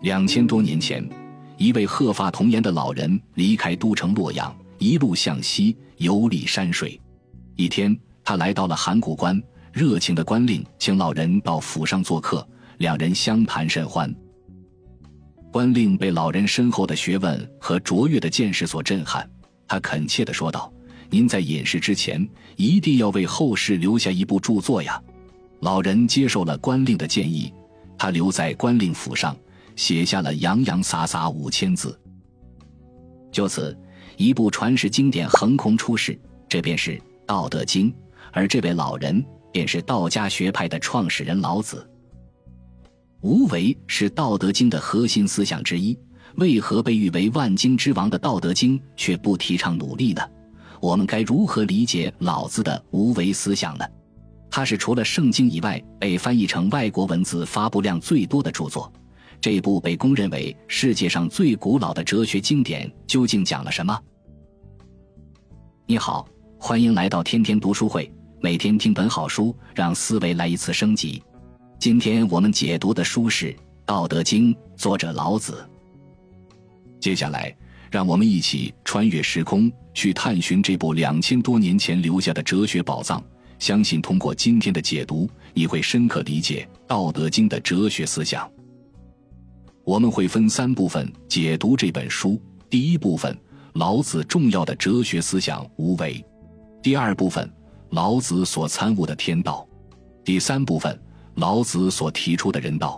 2000多年前，一位鹤发童颜的老人离开都城洛阳，一路向西游历山水。一天，他来到了函谷关，热情的关令请老人到府上做客，两人相谈甚欢。关令被老人深厚的学问和卓越的见识所震撼，他恳切地说道：“您在隐世之前，一定要为后世留下一部著作呀。”老人接受了关令的建议，他留在关令府上，写下了洋洋洒洒5000字。就此，一部传世经典横空出世，这便是《道德经》，而这位老人便是道家学派的创始人老子。无为是《道德经》的核心思想之一，为何被誉为万经之王的《道德经》却不提倡努力呢？我们该如何理解老子的无为思想呢？它是除了圣经以外被翻译成外国文字发布量最多的著作。这部被公认为世界上最古老的哲学经典究竟讲了什么？你好，欢迎来到天天读书会，每天听本好书，让思维来一次升级。今天我们解读的书是《道德经》，作者老子。接下来，让我们一起穿越时空，去探寻这部2000多年前留下的哲学宝藏。相信通过今天的解读，你会深刻理解《道德经》的哲学思想。我们会分3部分解读这本书。第一部分，老子重要的哲学思想无为；第二部分，老子所参悟的天道；第三部分，老子所提出的人道。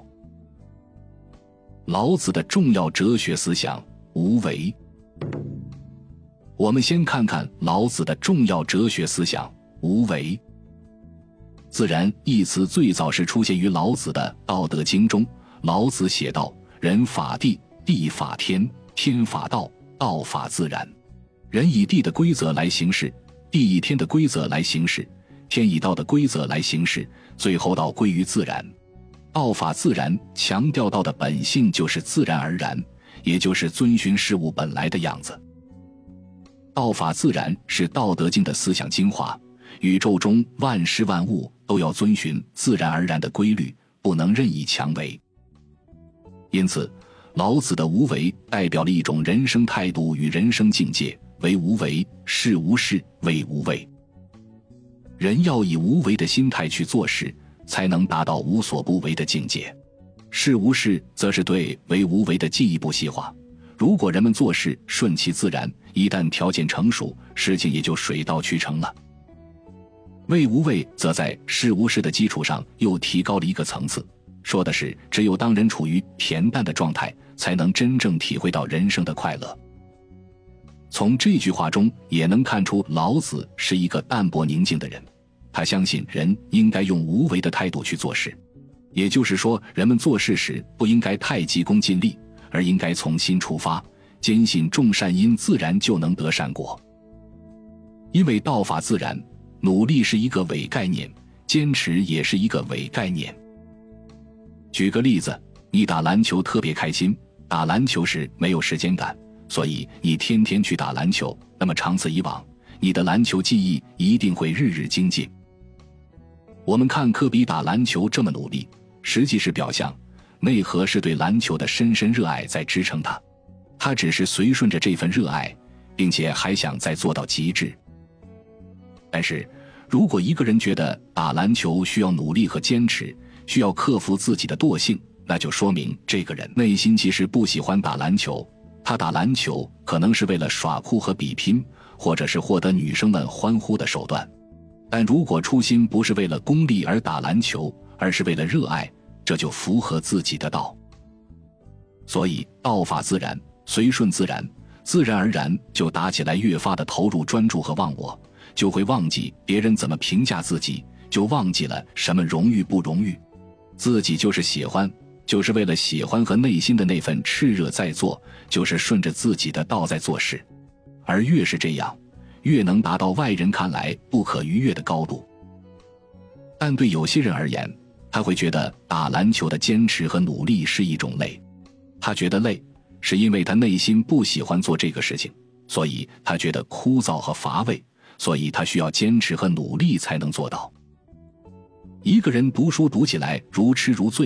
老子的重要哲学思想无为。我们先看看老子的重要哲学思想无为。自然一词最早是出现于老子的《道德经》中。老子写道：“人法地，地法天，天法道，道法自然。人以地的规则来行事，地以天的规则来行事，天以道的规则来行事，最后道归于自然。道法自然，强调道的本性就是自然而然，也就是遵循事物本来的样子。道法自然是《道德经》的思想精华。宇宙中万事万物都要遵循自然而然的规律，不能任意强为。因此，老子的无为代表了一种人生态度与人生境界，为无为，事无事，为无畏。人要以无为的心态去做事，才能达到无所不为的境界。事无事则是对为无为的进一步细化。如果人们做事顺其自然，一旦条件成熟，事情也就水到渠成了。为无畏则在事无事的基础上又提高了一个层次，说的是只有当人处于恬淡的状态，才能真正体会到人生的快乐。从这句话中也能看出老子是一个淡泊宁静的人，他相信人应该用无为的态度去做事。也就是说，人们做事时不应该太急功近利，而应该从心出发，坚信种善因自然就能得善果。因为道法自然，努力是一个伪概念，坚持也是一个伪概念。举个例子，你打篮球特别开心，打篮球时没有时间感，所以你天天去打篮球，那么长此以往，你的篮球技艺一定会日日精进。我们看科比打篮球这么努力，实际是表象，内核是对篮球的深深热爱在支撑他。他只是随顺着这份热爱，并且还想再做到极致。但是如果一个人觉得打篮球需要努力和坚持，需要克服自己的惰性，那就说明这个人内心其实不喜欢打篮球。他打篮球可能是为了耍酷和比拼，或者是获得女生们欢呼的手段。但如果初心不是为了功利而打篮球，而是为了热爱，这就符合自己的道。所以道法自然，随顺自然，自然而然就打起来越发的投入专注和忘我，就会忘记别人怎么评价自己，就忘记了什么荣誉不荣誉。自己就是喜欢，就是为了喜欢和内心的那份炽热在做，就是顺着自己的道在做事。而越是这样，越能达到外人看来不可逾越的高度。但对有些人而言，他会觉得打篮球的坚持和努力是一种累。他觉得累，是因为他内心不喜欢做这个事情，所以他觉得枯燥和乏味，所以他需要坚持和努力才能做到。一个人读书读起来如痴如醉，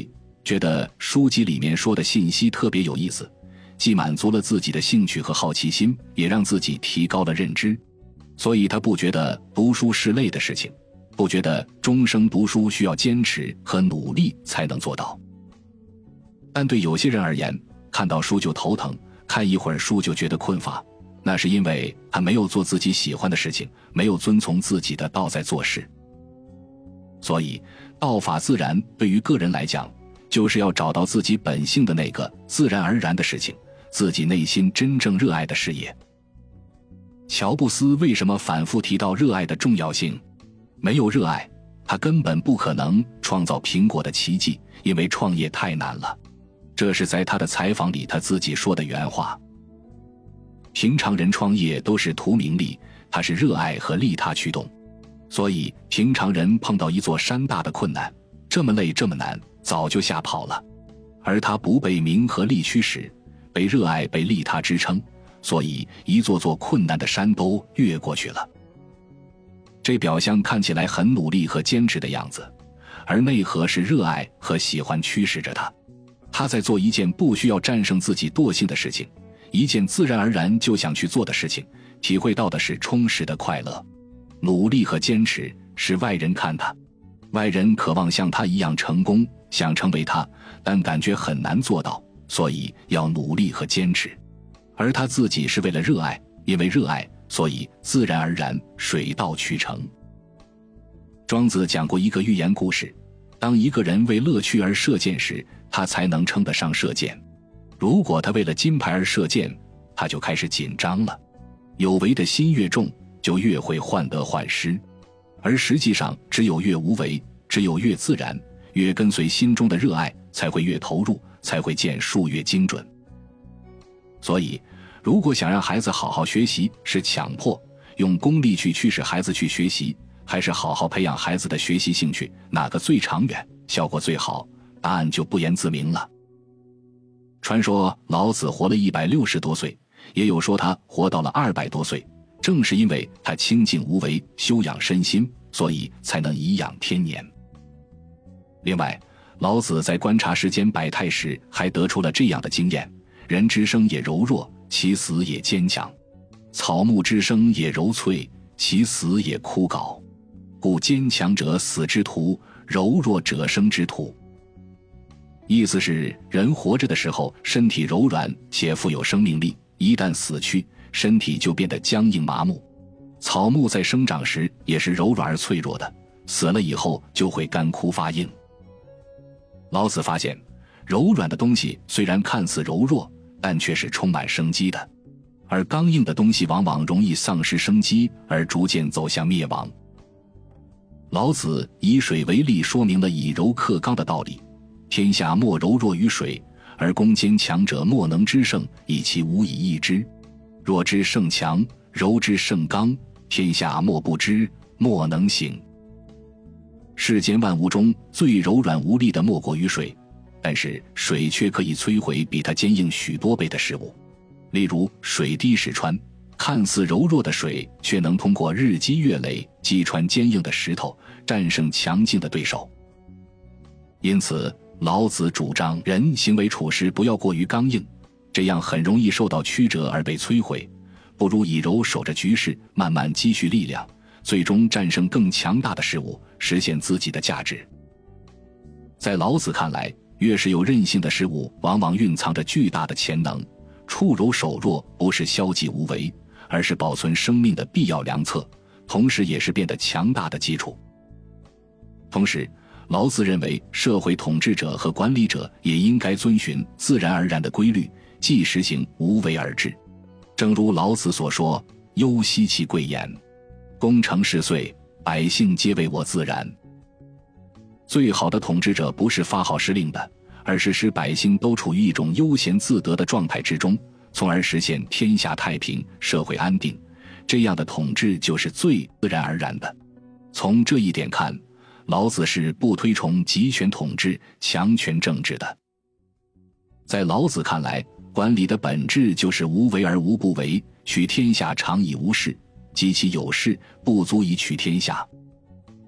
觉得书籍里面说的信息特别有意思，既满足了自己的兴趣和好奇心，也让自己提高了认知，所以他不觉得读书是累的事情，不觉得终生读书需要坚持和努力才能做到。但对有些人而言，看到书就头疼，看一会儿书就觉得困乏，那是因为他没有做自己喜欢的事情，没有遵从自己的道在做事。所以道法自然对于个人来讲，就是要找到自己本性的那个自然而然的事情，自己内心真正热爱的事业。乔布斯为什么反复提到热爱的重要性？没有热爱，他根本不可能创造苹果的奇迹，因为创业太难了。这是在他的采访里他自己说的原话。平常人创业都是图名利，他是热爱和利他驱动。所以平常人碰到一座山大的困难，这么累这么难，早就吓跑了。而他不被名和利驱使，被热爱被利他支撑，所以一座座困难的山都越过去了。这表象看起来很努力和坚持的样子，而内核是热爱和喜欢驱使着他。他在做一件不需要战胜自己惰性的事情，一件自然而然就想去做的事情，体会到的是充实的快乐。努力和坚持是外人看他，外人渴望像他一样成功，想成为他，但感觉很难做到，所以要努力和坚持。而他自己是为了热爱，因为热爱，所以自然而然水到渠成。庄子讲过一个寓言故事，当一个人为乐趣而射箭时，他才能称得上射箭。如果他为了金牌而射箭，他就开始紧张了。有为的心越重，就越会患得患失，而实际上只有越无为，只有越自然，越跟随心中的热爱，才会越投入，才会箭术越精准。所以如果想让孩子好好学习，是强迫用功利去驱使孩子去学习，还是好好培养孩子的学习兴趣，哪个最长远，效果最好，答案就不言自明了。传说老子活了160多岁，也有说他活到了200多岁，正是因为他清静无为，修养身心，所以才能颐养天年。另外，老子在观察世间百态时，还得出了这样的经验：人之生也柔弱，其死也坚强；草木之生也柔脆，其死也枯槁。故坚强者死之徒，柔弱者生之徒。意思是，人活着的时候身体柔软且富有生命力，一旦死去，身体就变得僵硬麻木。草木在生长时也是柔软而脆弱的，死了以后就会干枯发硬。老子发现，柔软的东西虽然看似柔弱，但却是充满生机的，而刚硬的东西往往容易丧失生机，而逐渐走向灭亡。老子以水为例，说明了以柔克刚的道理。天下莫柔弱于水，而攻坚强者莫能之胜，以其无以易之。弱之胜强，柔之胜刚，天下莫不知，莫能行。世间万物中最柔软无力的莫过于水，但是水却可以摧毁比它坚硬许多倍的事物。例如水滴石穿，看似柔弱的水却能通过日积月累击穿坚硬的石头，战胜强劲的对手。因此老子主张人行为处事不要过于刚硬，这样很容易受到曲折而被摧毁，不如以柔守着局势，慢慢积蓄力量，最终战胜更强大的事物，实现自己的价值。在老子看来，越是有韧性的事物，往往蕴藏着巨大的潜能。处柔守弱不是消极无为，而是保存生命的必要良策，同时也是变得强大的基础。同时，老子认为社会统治者和管理者也应该遵循自然而然的规律，既实行无为而治。正如老子所说：忧兮其贵言，功成事遂，百姓皆为我自然。最好的统治者不是发号施令的，而是使百姓都处于一种悠闲自得的状态之中，从而实现天下太平，社会安定。这样的统治就是最自然而然的。从这一点看，老子是不推崇集权统治、强权政治的。在老子看来，管理的本质就是无为而无不为，取天下常以无事，及其有事，不足以取天下。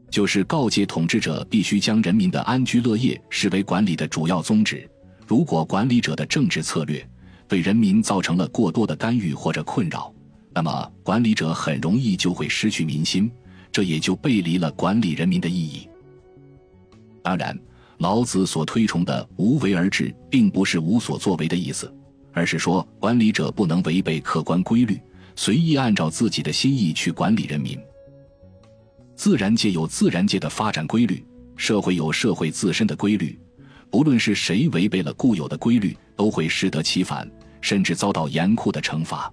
就是告诫统治者必须将人民的安居乐业视为管理的主要宗旨。如果管理者的政治策略对人民造成了过多的干预或者困扰，那么管理者很容易就会失去民心，这也就背离了管理人民的意义。当然，老子所推崇的无为而治并不是无所作为的意思，而是说管理者不能违背客观规律，随意按照自己的心意去管理人民。自然界有自然界的发展规律，社会有社会自身的规律，不论是谁违背了固有的规律，都会适得其反，甚至遭到严酷的惩罚。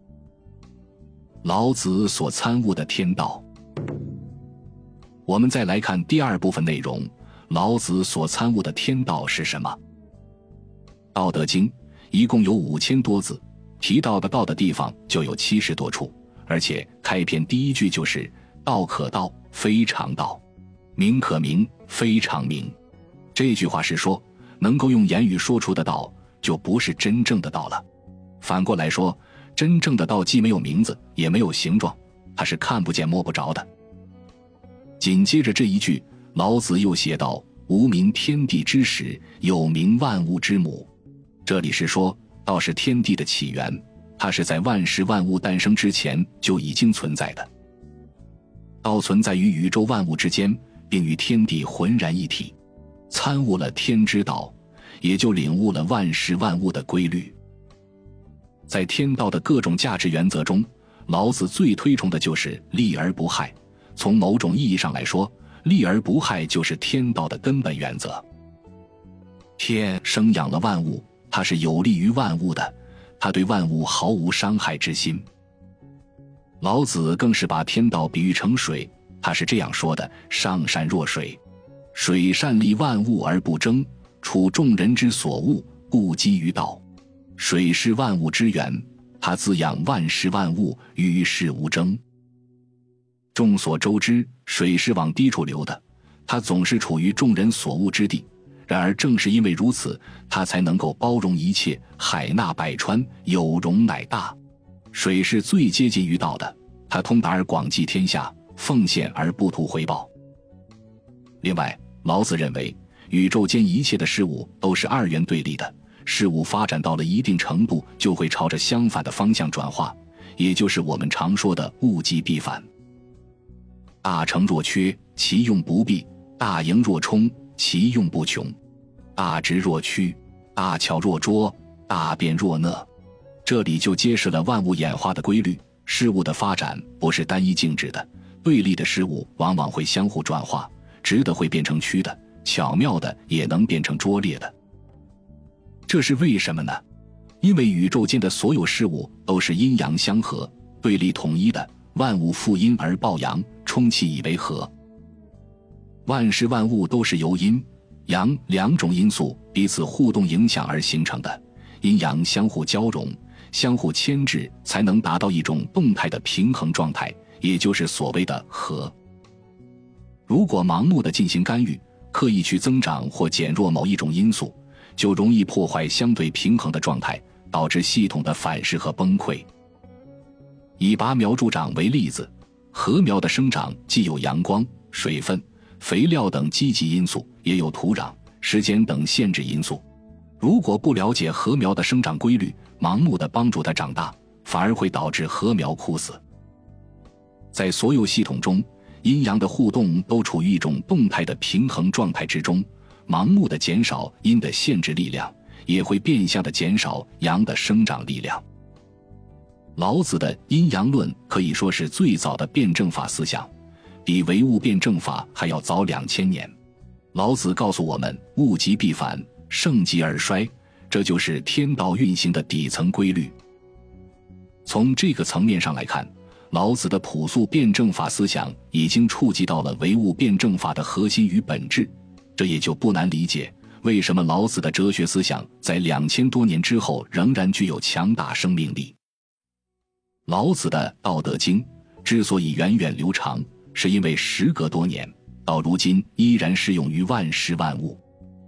老子所参悟的天道。我们再来看第二部分内容，老子所参悟的天道是什么？道德经一共有5000多字，提到的道的地方就有70多处，而且开篇第一句就是道可道，非常道；名可名，非常名。这句话是说，能够用言语说出的道，就不是真正的道了。反过来说，真正的道既没有名字，也没有形状，它是看不见摸不着的。紧接着这一句，老子又写道：无名，天地之始，有名，万物之母。这里是说，道是天地的起源，它是在万事万物诞生之前就已经存在的。道存在于宇宙万物之间，并与天地浑然一体。参悟了天之道，也就领悟了万事万物的规律。在天道的各种价值原则中，老子最推崇的就是利而不害。从某种意义上来说，利而不害就是天道的根本原则。天生养了万物，它是有利于万物的，它对万物毫无伤害之心。老子更是把天道比喻成水，他是这样说的：上善若水，水善利万物而不争，处众人之所恶，故几于道。水是万物之源，它滋养万事万物，与世无争。众所周知，水是往低处流的，它总是处于众人所恶之地。然而正是因为如此，它才能够包容一切，海纳百川，有容乃大。水是最接近于道的，它通达而广济天下，奉献而不图回报。另外，老子认为宇宙间一切的事物都是二元对立的，事物发展到了一定程度就会朝着相反的方向转化，也就是我们常说的物极必反。大成若缺，其用不弊；大盈若冲，其用不穷；大直若屈，大巧若拙，大辩若讷。这里就揭示了万物演化的规律，事物的发展不是单一静止的，对立的事物往往会相互转化，直的会变成曲的，巧妙的也能变成拙劣的。这是为什么呢？因为宇宙间的所有事物都是阴阳相合，对立统一的，万物负阴而抱阳，充气以为和。万事万物都是由阴阳两种因素彼此互动影响而形成的，阴阳相互交融，相互牵制，才能达到一种动态的平衡状态，也就是所谓的和。如果盲目的进行干预，刻意去增长或减弱某一种因素，就容易破坏相对平衡的状态，导致系统的反噬和崩溃。以拔苗助长为例子，禾苗的生长既有阳光、水分、肥料等积极因素，也有土壤、时间等限制因素。如果不了解禾苗的生长规律，盲目地帮助它长大，反而会导致禾苗枯死。在所有系统中，阴阳的互动都处于一种动态的平衡状态之中，盲目地减少阴的限制力量，也会变相地减少阳的生长力量。老子的阴阳论可以说是最早的辩证法思想，比唯物辩证法还要早2000年。老子告诉我们，物极必反，盛极而衰，这就是天道运行的底层规律。从这个层面上来看，老子的朴素辩证法思想已经触及到了唯物辩证法的核心与本质，这也就不难理解为什么老子的哲学思想在2000多年之后仍然具有强大生命力。老子的《道德经》之所以源远流长，是因为时隔多年，到如今依然适用于万事万物。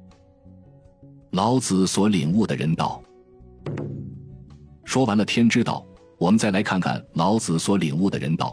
老子所领悟的人道。说完了天之道，我们再来看看老子所领悟的人道。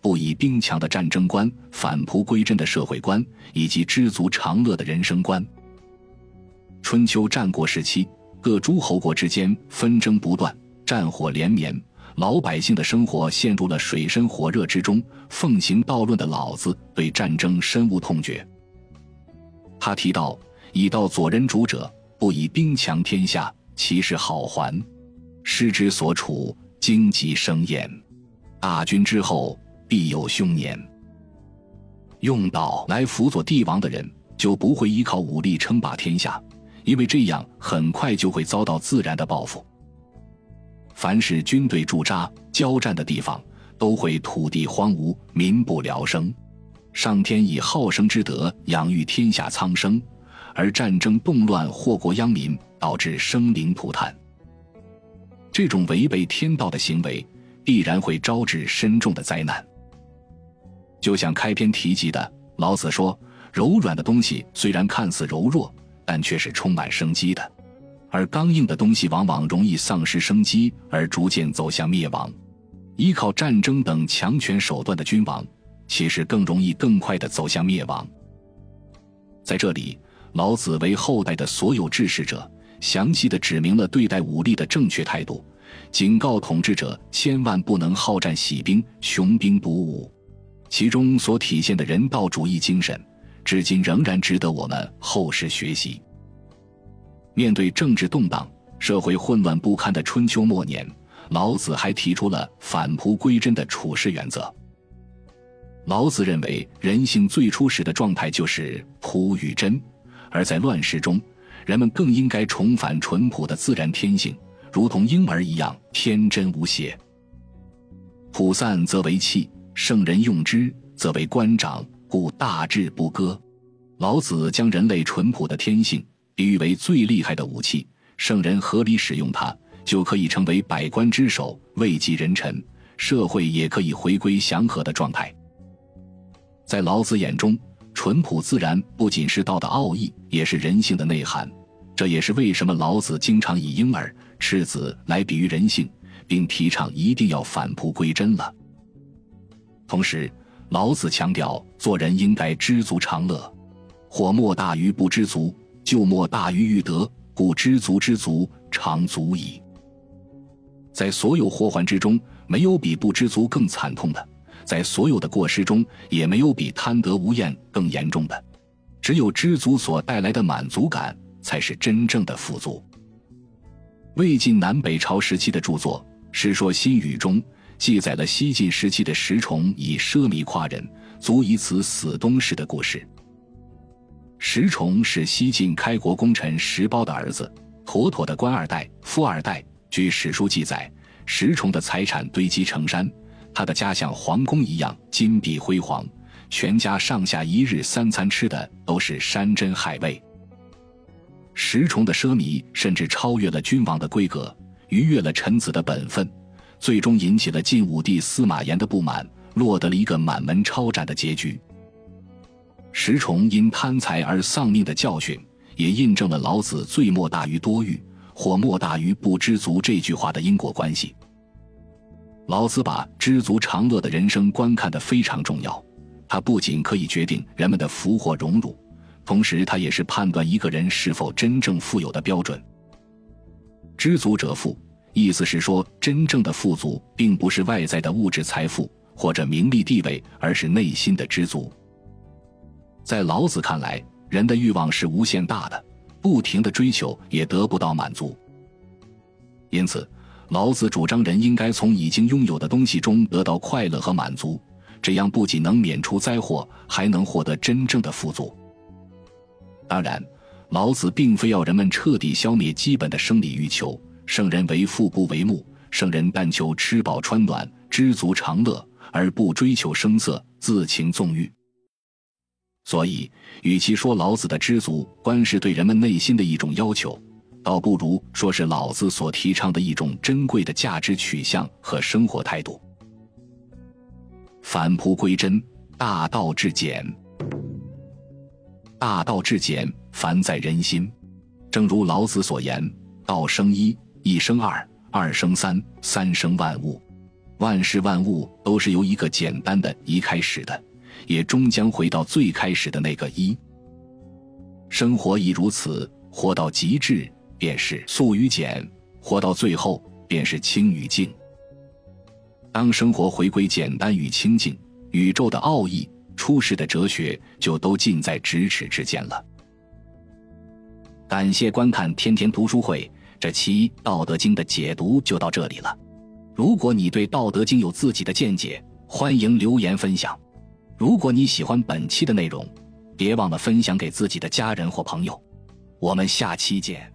不以兵强的战争观、返璞归真的社会观，以及知足常乐的人生观。春秋战国时期，各诸侯国之间纷争不断，战火连绵，老百姓的生活陷入了水深火热之中。奉行道论的老子对战争深恶痛绝。他提到，以道佐人主者，不以兵强天下，其势好还。师之所处，荆棘生焉。大军之后，必有凶年。用道来辅佐帝王的人，就不会依靠武力称霸天下，因为这样很快就会遭到自然的报复。凡是军队驻扎、交战的地方，都会土地荒芜，民不聊生。上天以好生之德养育天下苍生，而战争动乱祸国殃民，导致生灵涂炭。这种违背天道的行为，必然会招致深重的灾难。就像开篇提及的，老子说，柔软的东西虽然看似柔弱，但却是充满生机的，而刚硬的东西往往容易丧失生机，而逐渐走向灭亡。依靠战争等强权手段的君王，其实更容易更快地走向灭亡。在这里，老子为后代的所有治世者详细地指明了对待武力的正确态度，警告统治者千万不能好战喜兵，穷兵黩武。其中所体现的人道主义精神，至今仍然值得我们后世学习。面对政治动荡、社会混乱不堪的春秋末年，老子还提出了返璞归真的处世原则。老子认为，人性最初时的状态就是朴与真，而在乱世中，人们更应该重返淳朴的自然天性，如同婴儿一样天真无邪。朴散则为器，圣人用之，则为官长，故大智不割。老子将人类淳朴的天性比喻为最厉害的武器，圣人合理使用它，就可以成为百官之首，位极人臣，社会也可以回归祥和的状态。在老子眼中，淳朴自然不仅是道的奥义，也是人性的内涵。这也是为什么老子经常以婴儿、赤子来比喻人性，并提倡一定要返璞归真了。同时，老子强调做人应该知足常乐，祸莫大于不知足，救莫大于欲得，故知足之足，常足矣。在所有祸患之中，没有比不知足更惨痛的；在所有的过失中，也没有比贪得无厌更严重的。只有知足所带来的满足感，才是真正的富足。魏晋南北朝时期的著作《世说新语》中记载了西晋时期的石崇以奢靡夸人，足以此死东市的故事。石崇是西晋开国功臣石苞的儿子，妥妥的官二代、富二代。据史书记载，石崇的财产堆积成山，他的家像皇宫一样金碧辉煌，全家上下一日三餐吃的都是山珍海味。石崇的奢靡甚至超越了君王的规格，逾越了臣子的本分，最终引起了晋武帝司马炎的不满，落得了一个满门抄斩的结局。石崇因贪财而丧命的教训，也印证了老子罪莫大于多欲，祸莫大于不知足这句话的因果关系。老子把知足常乐的人生观看得非常重要，它不仅可以决定人们的福祸荣辱，同时它也是判断一个人是否真正富有的标准。知足者富，意思是说，真正的富足并不是外在的物质财富或者名利地位，而是内心的知足。在老子看来，人的欲望是无限大的，不停的追求也得不到满足。因此，老子主张人应该从已经拥有的东西中得到快乐和满足，这样不仅能免除灾祸，还能获得真正的富足。当然，老子并非要人们彻底消灭基本的生理欲求，圣人为腹不为目，圣人但求吃饱穿暖，知足常乐，而不追求声色，自情纵欲。所以，与其说老子的知足观是对人们内心的一种要求，倒不如说是老子所提倡的一种珍贵的价值取向和生活态度。返璞归真，大道至简。大道至简，凡在人心。正如老子所言，道生一，一生二，二生三，三生万物。 万事万物都是由一个简单的一开始的，也终将回到最开始的那个一。生活亦如此，活到极致便是素与简，活到最后便是清与净。当生活回归简单与清净，宇宙的奥义，出世的哲学就都近在咫尺之间了。感谢观看天天读书会，这期《道德经》的解读就到这里了。如果你对《道德经》有自己的见解，欢迎留言分享。如果你喜欢本期的内容，别忘了分享给自己的家人或朋友。我们下期见。